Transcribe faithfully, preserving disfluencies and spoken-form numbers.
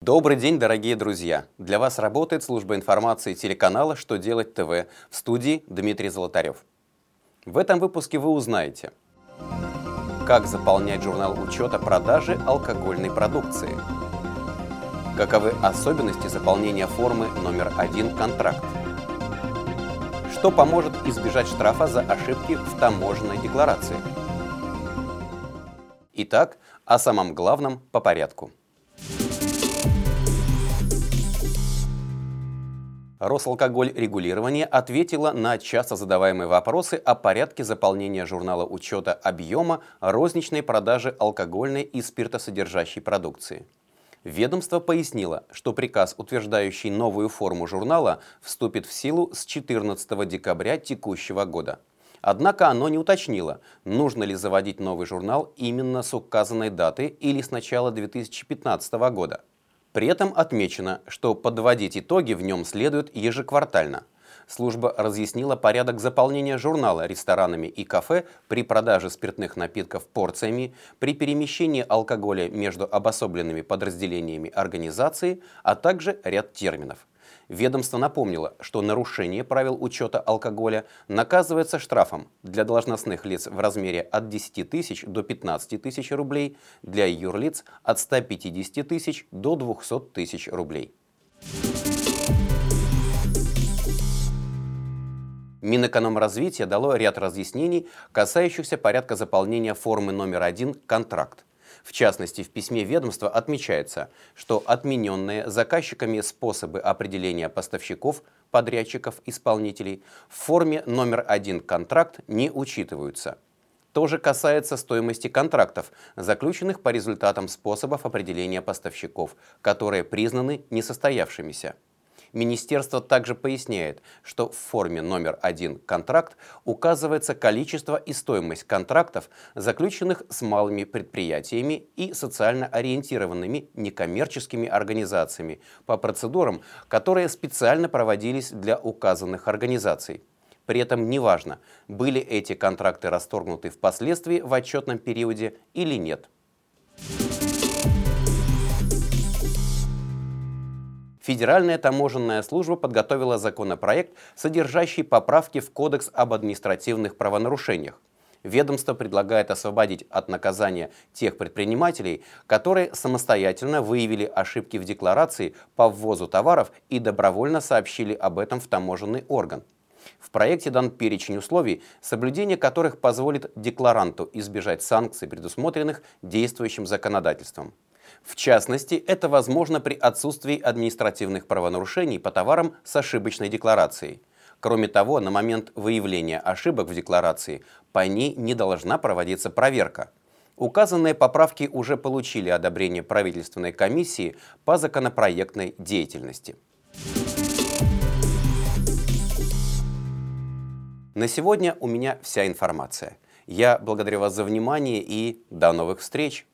Добрый день, дорогие друзья! Для вас работает служба информации телеканала «Что делать ТВ», в студии Дмитрий Золотарев. В этом выпуске вы узнаете, как заполнять журнал учета продажи алкогольной продукции, каковы особенности заполнения формы номер один «Контракт», что поможет избежать штрафа за ошибки в таможенной декларации. Итак, о самом главном по порядку. Росалкогольрегулирование ответило на часто задаваемые вопросы о порядке заполнения журнала учета объема розничной продажи алкогольной и спиртосодержащей продукции. Ведомство пояснило, что приказ, утверждающий новую форму журнала, вступит в силу с четырнадцатого декабря текущего года. Однако оно не уточнило, нужно ли заводить новый журнал именно с указанной даты или с начала две тысячи пятнадцатого года. При этом отмечено, что подводить итоги в нем следует ежеквартально. Служба разъяснила порядок заполнения журнала ресторанами и кафе при продаже спиртных напитков порциями, при перемещении алкоголя между обособленными подразделениями организации, а также ряд терминов. Ведомство напомнило, что нарушение правил учета алкоголя наказывается штрафом для должностных лиц в размере от десяти тысяч до пятнадцати тысяч рублей, для юрлиц от ста пятидесяти тысяч до двухсот тысяч рублей. Минэкономразвитие дало ряд разъяснений, касающихся порядка заполнения формы номер один «Контракт». В частности, в письме ведомства отмечается, что отмененные заказчиками способы определения поставщиков, подрядчиков, исполнителей в форме номер один «Контракт» не учитываются. То же касается стоимости контрактов, заключенных по результатам способов определения поставщиков, которые признаны несостоявшимися. Министерство также поясняет, что в форме номер один «Контракт» указывается количество и стоимость контрактов, заключенных с малыми предприятиями и социально ориентированными некоммерческими организациями по процедурам, которые специально проводились для указанных организаций. При этом неважно, были эти контракты расторгнуты впоследствии в отчетном периоде или нет. Федеральная таможенная служба подготовила законопроект, содержащий поправки в Кодекс об административных правонарушениях. Ведомство предлагает освободить от наказания тех предпринимателей, которые самостоятельно выявили ошибки в декларации по ввозу товаров и добровольно сообщили об этом в таможенный орган. В проекте дан перечень условий, соблюдение которых позволит декларанту избежать санкций, предусмотренных действующим законодательством. В частности, это возможно при отсутствии административных правонарушений по товарам с ошибочной декларацией. Кроме того, на момент выявления ошибок в декларации по ней не должна проводиться проверка. Указанные поправки уже получили одобрение правительственной комиссии по законопроектной деятельности. На сегодня у меня вся информация. Я благодарю вас за внимание и до новых встреч!